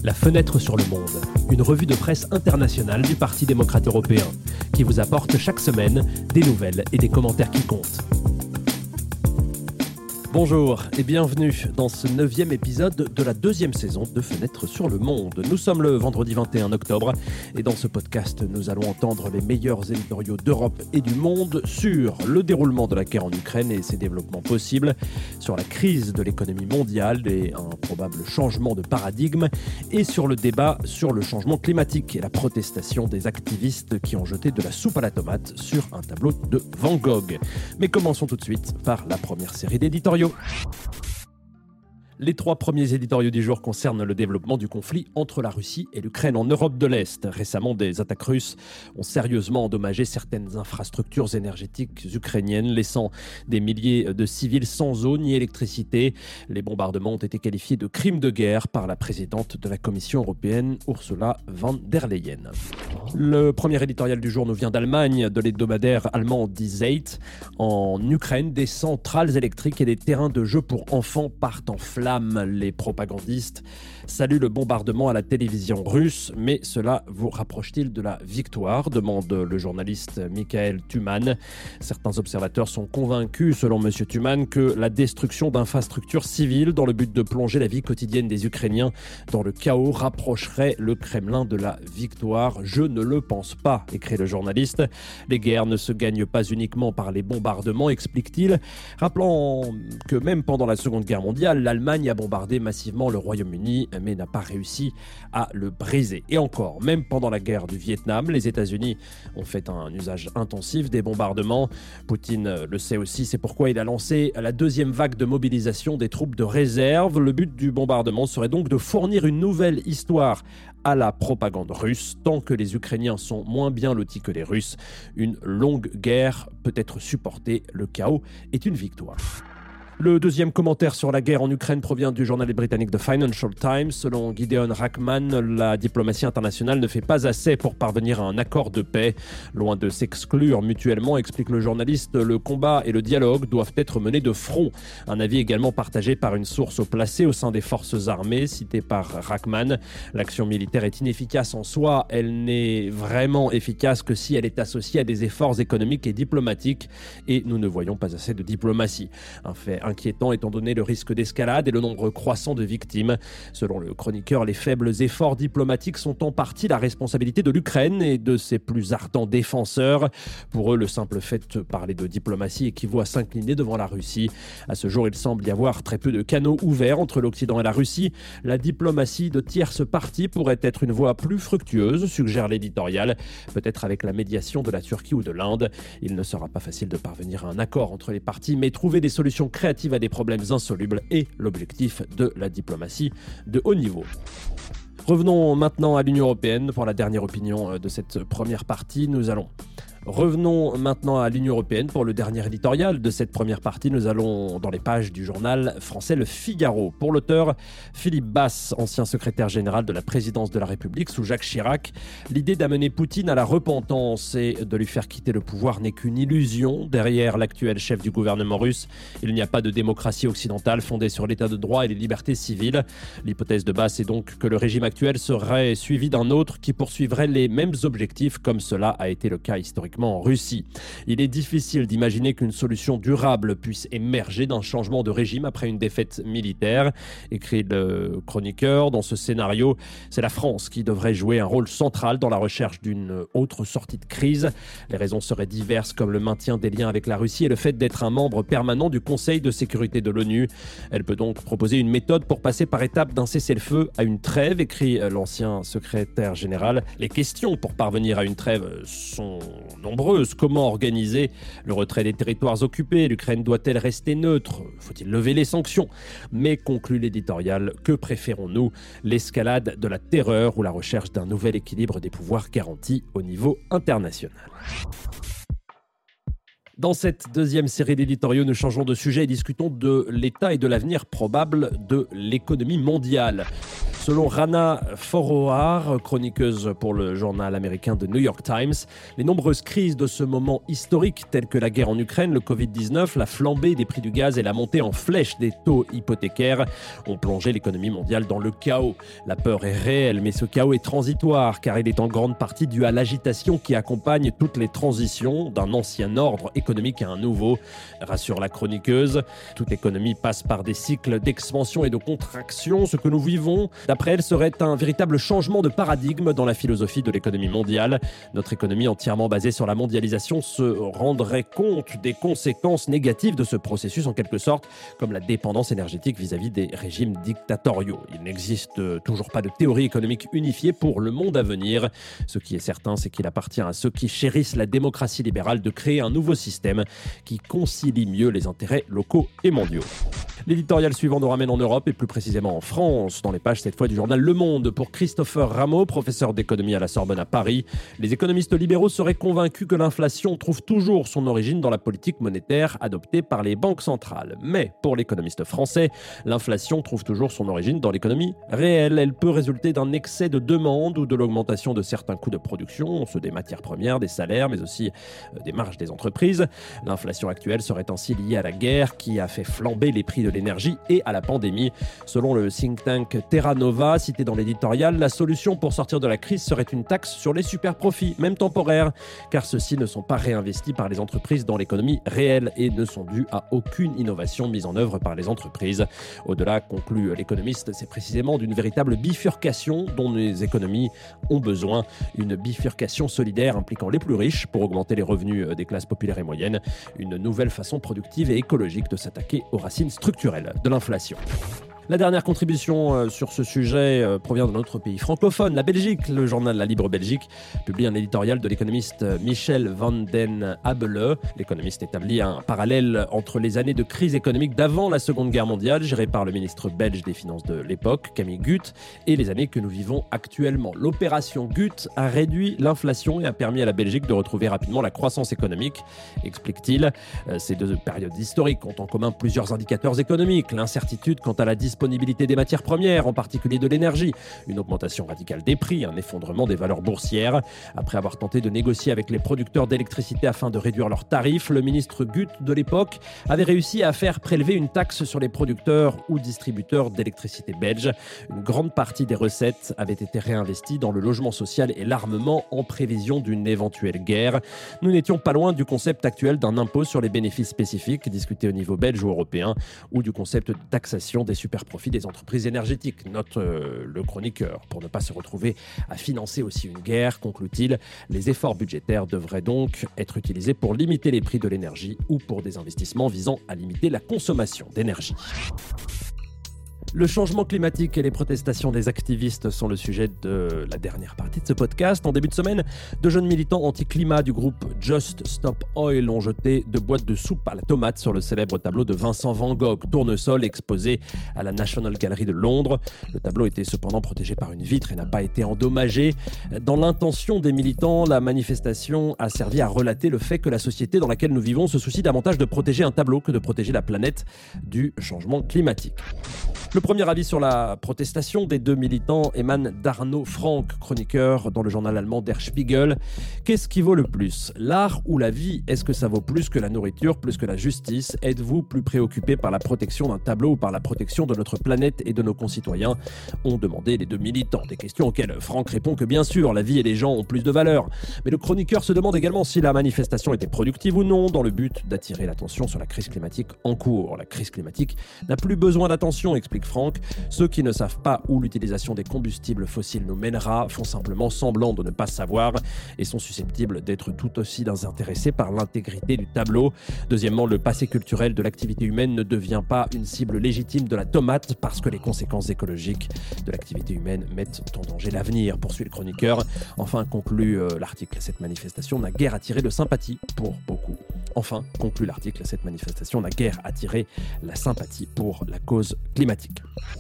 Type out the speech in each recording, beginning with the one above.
La fenêtre sur le monde, une revue de presse internationale du Parti démocrate européen, qui vous apporte chaque semaine des nouvelles et des commentaires qui comptent. Bonjour et bienvenue dans ce 9e épisode de la 2e saison de Fenêtre sur le monde. Nous sommes le vendredi 21 octobre et dans ce podcast, nous allons entendre les meilleurs éditoriaux d'Europe et du monde sur le déroulement de la guerre en Ukraine et ses développements possibles, sur la crise de l'économie mondiale et un probable changement de paradigme, et sur le débat sur le changement climatique et la protestation des activistes qui ont jeté de la soupe à la tomate sur un tableau de Van Gogh. Mais commençons tout de suite par la première série d'éditoriaux. Les 3 premiers éditoriaux du jour concernent le développement du conflit entre la Russie et l'Ukraine en Europe de l'Est. Récemment, des attaques russes ont sérieusement endommagé certaines infrastructures énergétiques ukrainiennes, laissant des milliers de civils sans eau ni électricité. Les bombardements ont été qualifiés de crimes de guerre par la présidente de la Commission européenne, Ursula von der Leyen. Le premier éditorial du jour nous vient d'Allemagne, de l'hebdomadaire allemand Die Zeit. En Ukraine, des centrales électriques et des terrains de jeux pour enfants partent en flammes. Les propagandistes saluent le bombardement à la télévision russe, mais cela vous rapproche-t-il de la victoire ? Demande le journaliste Michael Thumann. Certains observateurs sont convaincus, selon M. Thumann, que la destruction d'infrastructures civiles dans le but de plonger la vie quotidienne des Ukrainiens dans le chaos rapprocherait le Kremlin de la victoire. Je ne le pense pas, écrit le journaliste. Les guerres ne se gagnent pas uniquement par les bombardements, explique-t-il, rappelant que même pendant la Seconde Guerre mondiale, l'Allemagne a bombardé massivement le Royaume-Uni, mais n'a pas réussi à le briser. Et encore, même pendant la guerre du Vietnam, les États-Unis ont fait un usage intensif des bombardements. Poutine le sait aussi, c'est pourquoi il a lancé la 2e vague de mobilisation des troupes de réserve. Le but du bombardement serait donc de fournir une nouvelle histoire à la propagande russe. Tant que les Ukrainiens sont moins bien lotis que les Russes, une longue guerre peut être supportée. Le chaos est une victoire. Le deuxième commentaire sur la guerre en Ukraine provient du journal britannique The Financial Times. Selon Gideon Rachman, la diplomatie internationale ne fait pas assez pour parvenir à un accord de paix. Loin de s'exclure mutuellement, explique le journaliste, le combat et le dialogue doivent être menés de front. Un avis également partagé par une source placée au sein des forces armées, citée par Rachman. L'action militaire est inefficace en soi. Elle n'est vraiment efficace que si elle est associée à des efforts économiques et diplomatiques. Et nous ne voyons pas assez de diplomatie. Un fait inquiétant étant donné le risque d'escalade et le nombre croissant de victimes. Selon le chroniqueur, les faibles efforts diplomatiques sont en partie la responsabilité de l'Ukraine et de ses plus ardents défenseurs. Pour eux, le simple fait de parler de diplomatie équivaut à s'incliner devant la Russie. À ce jour, il semble y avoir très peu de canaux ouverts entre l'Occident et la Russie. La diplomatie de tierces parties pourrait être une voie plus fructueuse, suggère l'éditorial, peut-être avec la médiation de la Turquie ou de l'Inde. Il ne sera pas facile de parvenir à un accord entre les parties, mais trouver des solutions créatives à des problèmes insolubles est l'objectif de la diplomatie de haut niveau. Revenons maintenant à l'Union européenne pour la dernière opinion de cette première partie. Revenons maintenant à l'Union européenne pour le dernier éditorial de cette première partie. Nous allons dans les pages du journal français Le Figaro. Pour l'auteur Philippe Basse, ancien secrétaire général de la présidence de la République sous Jacques Chirac, l'idée d'amener Poutine à la repentance et de lui faire quitter le pouvoir n'est qu'une illusion. Derrière l'actuel chef du gouvernement russe, il n'y a pas de démocratie occidentale fondée sur l'état de droit et les libertés civiles. L'hypothèse de Basse est donc que le régime actuel serait suivi d'un autre qui poursuivrait les mêmes objectifs, comme cela a été le cas historiquement en Russie. Il est difficile d'imaginer qu'une solution durable puisse émerger d'un changement de régime après une défaite militaire, écrit le chroniqueur. Dans ce scénario, c'est la France qui devrait jouer un rôle central dans la recherche d'une autre sortie de crise. Les raisons seraient diverses, comme le maintien des liens avec la Russie et le fait d'être un membre permanent du Conseil de sécurité de l'ONU. Elle peut donc proposer une méthode pour passer par étapes d'un cessez-le-feu à une trêve, écrit l'ancien secrétaire général. Les questions pour parvenir à une trêve sont nombreuses. Comment organiser le retrait des territoires occupés ? L'Ukraine doit-elle rester neutre ? Faut-il lever les sanctions ? Mais, conclut l'éditorial, que préférons-nous ? L'escalade de la terreur ou la recherche d'un nouvel équilibre des pouvoirs garantis au niveau international ? Dans cette deuxième série d'éditoriaux, nous changeons de sujet et discutons de l'état et de l'avenir probable de l'économie mondiale. Selon Rana Foroohar, chroniqueuse pour le journal américain The New York Times, les nombreuses crises de ce moment historique, telles que la guerre en Ukraine, le Covid-19, la flambée des prix du gaz et la montée en flèche des taux hypothécaires, ont plongé l'économie mondiale dans le chaos. La peur est réelle, mais ce chaos est transitoire, car il est en grande partie dû à l'agitation qui accompagne toutes les transitions d'un ancien ordre économique à un nouveau, rassure la chroniqueuse. Toute économie passe par des cycles d'expansion et de contraction. Ce que nous vivons, d'après elle, serait un véritable changement de paradigme dans la philosophie de l'économie mondiale. Notre économie entièrement basée sur la mondialisation se rendrait compte des conséquences négatives de ce processus, en quelque sorte, comme la dépendance énergétique vis-à-vis des régimes dictatoriaux. Il n'existe toujours pas de théorie économique unifiée pour le monde à venir. Ce qui est certain, c'est qu'il appartient à ceux qui chérissent la démocratie libérale de créer un nouveau système qui concilie mieux les intérêts locaux et mondiaux. L'éditorial suivant nous ramène en Europe et plus précisément en France, dans les pages cette fois du journal Le Monde. Pour Christopher Rameau, professeur d'économie à la Sorbonne à Paris, les économistes libéraux seraient convaincus que l'inflation trouve toujours son origine dans la politique monétaire adoptée par les banques centrales. Mais pour l'économiste français, l'inflation trouve toujours son origine dans l'économie réelle. Elle peut résulter d'un excès de demande ou de l'augmentation de certains coûts de production, ceux des matières premières, des salaires, mais aussi des marges des entreprises. L'inflation actuelle serait ainsi liée à la guerre qui a fait flamber les prix de l'énergie et à la pandémie. Selon le think tank Terra Nova, cité dans l'éditorial, la solution pour sortir de la crise serait une taxe sur les super-profits, même temporaires, car ceux-ci ne sont pas réinvestis par les entreprises dans l'économie réelle et ne sont dus à aucune innovation mise en œuvre par les entreprises. Au-delà, conclut l'économiste, c'est précisément d'une véritable bifurcation dont les économies ont besoin, une bifurcation solidaire impliquant les plus riches pour augmenter les revenus des classes populaires et moyennes, une nouvelle façon productive et écologique de s'attaquer aux racines structurelles de l'inflation. La dernière contribution sur ce sujet provient de notre pays francophone, la Belgique. Le journal La Libre Belgique publie un éditorial de l'économiste Michel van den Abele. L'économiste établit un parallèle entre les années de crise économique d'avant la Seconde Guerre mondiale, gérée par le ministre belge des Finances de l'époque, Camille Guth, et les années que nous vivons actuellement. L'opération Guth a réduit l'inflation et a permis à la Belgique de retrouver rapidement la croissance économique, explique-t-il. Ces deux périodes historiques ont en commun plusieurs indicateurs économiques. L'incertitude quant à la disponibilité des matières premières, en particulier de l'énergie, une augmentation radicale des prix, un effondrement des valeurs boursières. Après avoir tenté de négocier avec les producteurs d'électricité afin de réduire leurs tarifs, le ministre Guth de l'époque avait réussi à faire prélever une taxe sur les producteurs ou distributeurs d'électricité belges. Une grande partie des recettes avait été réinvestie dans le logement social et l'armement en prévision d'une éventuelle guerre. Nous n'étions pas loin du concept actuel d'un impôt sur les bénéfices spécifiques discuté au niveau belge ou européen, ou du concept de taxation des superprofits des entreprises énergétiques, note le chroniqueur. Pour ne pas se retrouver à financer aussi une guerre, conclut-il, les efforts budgétaires devraient donc être utilisés pour limiter les prix de l'énergie ou pour des investissements visant à limiter la consommation d'énergie. Le changement climatique et les protestations des activistes sont le sujet de la dernière partie de ce podcast. En début de semaine, deux jeunes militants anti-climat du groupe Just Stop Oil ont jeté 2 boîtes de soupe à la tomate sur le célèbre tableau de Vincent Van Gogh, Tournesol, exposé à la National Gallery de Londres. Le tableau était cependant protégé par une vitre et n'a pas été endommagé. Dans l'intention des militants, la manifestation a servi à relater le fait que la société dans laquelle nous vivons se soucie davantage de protéger un tableau que de protéger la planète du changement climatique. Le premier avis sur la protestation des deux militants émane d'Arnaud Frank, chroniqueur dans le journal allemand Der Spiegel. Qu'est-ce qui vaut le plus, l'art ou la vie? Est-ce que ça vaut plus que la nourriture, plus que la justice? Êtes-vous plus préoccupé par la protection d'un tableau ou par la protection de notre planète et de nos concitoyens? Ont demandé les deux militants. Des questions auxquelles Frank répond que bien sûr, la vie et les gens ont plus de valeur. Mais le chroniqueur se demande également si la manifestation était productive ou non, dans le but d'attirer l'attention sur la crise climatique en cours. La crise climatique n'a plus besoin d'attention, explique Frank. Ceux qui ne savent pas où l'utilisation des combustibles fossiles nous mènera font simplement semblant de ne pas savoir et sont susceptibles d'être tout aussi désintéressés par l'intégrité du tableau. Deuxièmement, le passé culturel de l'activité humaine ne devient pas une cible légitime de la tomate parce que les conséquences écologiques de l'activité humaine mettent en danger l'avenir, poursuit le chroniqueur. Enfin, conclut l'article, cette manifestation n'a guère attiré de sympathie pour beaucoup. Enfin, conclut l'article, cette manifestation n'a guère attiré la sympathie pour la cause climatique.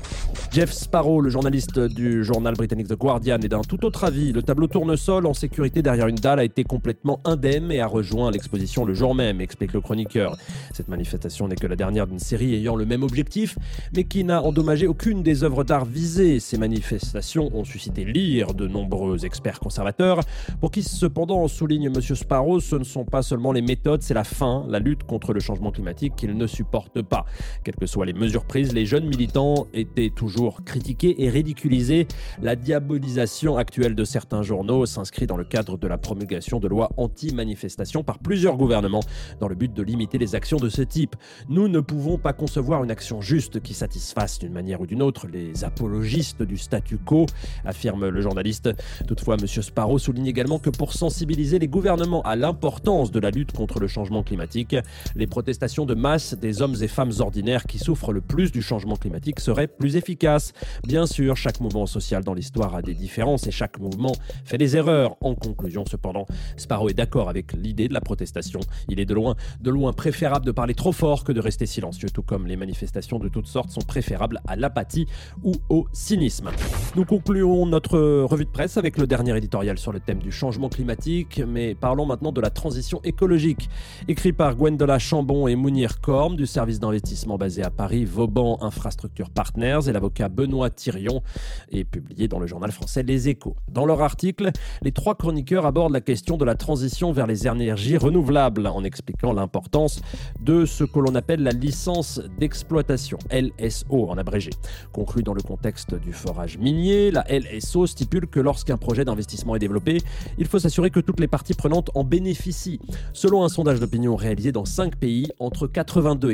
Jeff Sparrow, le journaliste du journal britannique The Guardian, est d'un tout autre avis. Le tableau tournesol en sécurité derrière une dalle a été complètement indemne et a rejoint l'exposition le jour même, explique le chroniqueur. Cette manifestation n'est que la dernière d'une série ayant le même objectif, mais qui n'a endommagé aucune des œuvres d'art visées. Ces manifestations ont suscité l'ire de nombreux experts conservateurs, pour qui cependant, souligne M. Sparrow, ce ne sont pas seulement les méthodes, c'est la fin, la lutte contre le changement climatique qu'ils ne supportent pas. Quelles que soient les mesures prises, les jeunes militants étaient toujours critiqués et ridiculisés. La diabolisation actuelle de certains journaux s'inscrit dans le cadre de la promulgation de lois anti-manifestation par plusieurs gouvernements dans le but de limiter les actions de ce type. Nous ne pouvons pas concevoir une action juste qui satisfasse d'une manière ou d'une autre les apologistes du statu quo, affirme le journaliste. Toutefois, M. Sparrow souligne également que pour sensibiliser les gouvernements à l'importance de la lutte contre le changement climatique, les protestations de masse des hommes et femmes ordinaires qui souffrent le plus du changement climatique seraient plus efficaces. Bien sûr, chaque mouvement social dans l'histoire a des différences et chaque mouvement fait des erreurs. En conclusion, cependant, Sparrow est d'accord avec l'idée de la protestation. Il est de loin préférable de parler trop fort que de rester silencieux, tout comme les manifestations de toutes sortes sont préférables à l'apathie ou au cynisme. Nous concluons notre revue de presse avec le dernier éditorial sur le thème du changement climatique, mais parlons maintenant de la transition écologique. Écrit par Gwendola Chambon et Mounir Korm du service d'investissement basé à Paris, Vauban Infrastructure Partners, et l'avocat Benoît Thirion, et publié dans le journal français Les Échos. Dans leur article, les trois chroniqueurs abordent la question de la transition vers les énergies renouvelables en expliquant l'importance de ce que l'on appelle la licence d'exploitation, LSO en abrégé. Conclue dans le contexte du forage minier, la LSO stipule que lorsqu'un projet d'investissement est développé, il faut s'assurer que toutes les parties prenantes en bénéficient. Selon un sondage d'opinion réalisé dans 5 pays, entre 82 et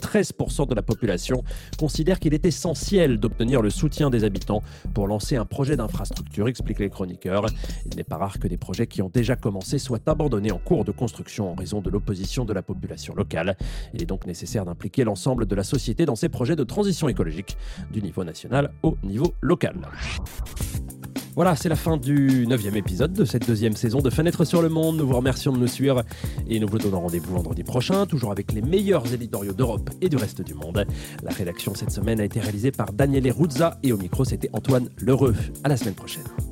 93% de la population considèrent qu'il est essentiel d'obtenir le soutien des habitants pour lancer un projet d'infrastructure, expliquent les chroniqueurs. Il n'est pas rare que des projets qui ont déjà commencé soient abandonnés en cours de construction en raison de l'opposition de la population locale. Il est donc nécessaire d'impliquer l'ensemble de la société dans ces projets de transition écologique, du niveau national au niveau local. Voilà, c'est la fin du 9e épisode de cette 2e saison de Fenêtre sur le Monde. Nous vous remercions de nous suivre et nous vous donnons rendez-vous vendredi prochain, toujours avec les meilleurs éditoriaux d'Europe et du reste du monde. La rédaction cette semaine a été réalisée par Daniele Ruzza et au micro, c'était Antoine Lheureux. À la semaine prochaine.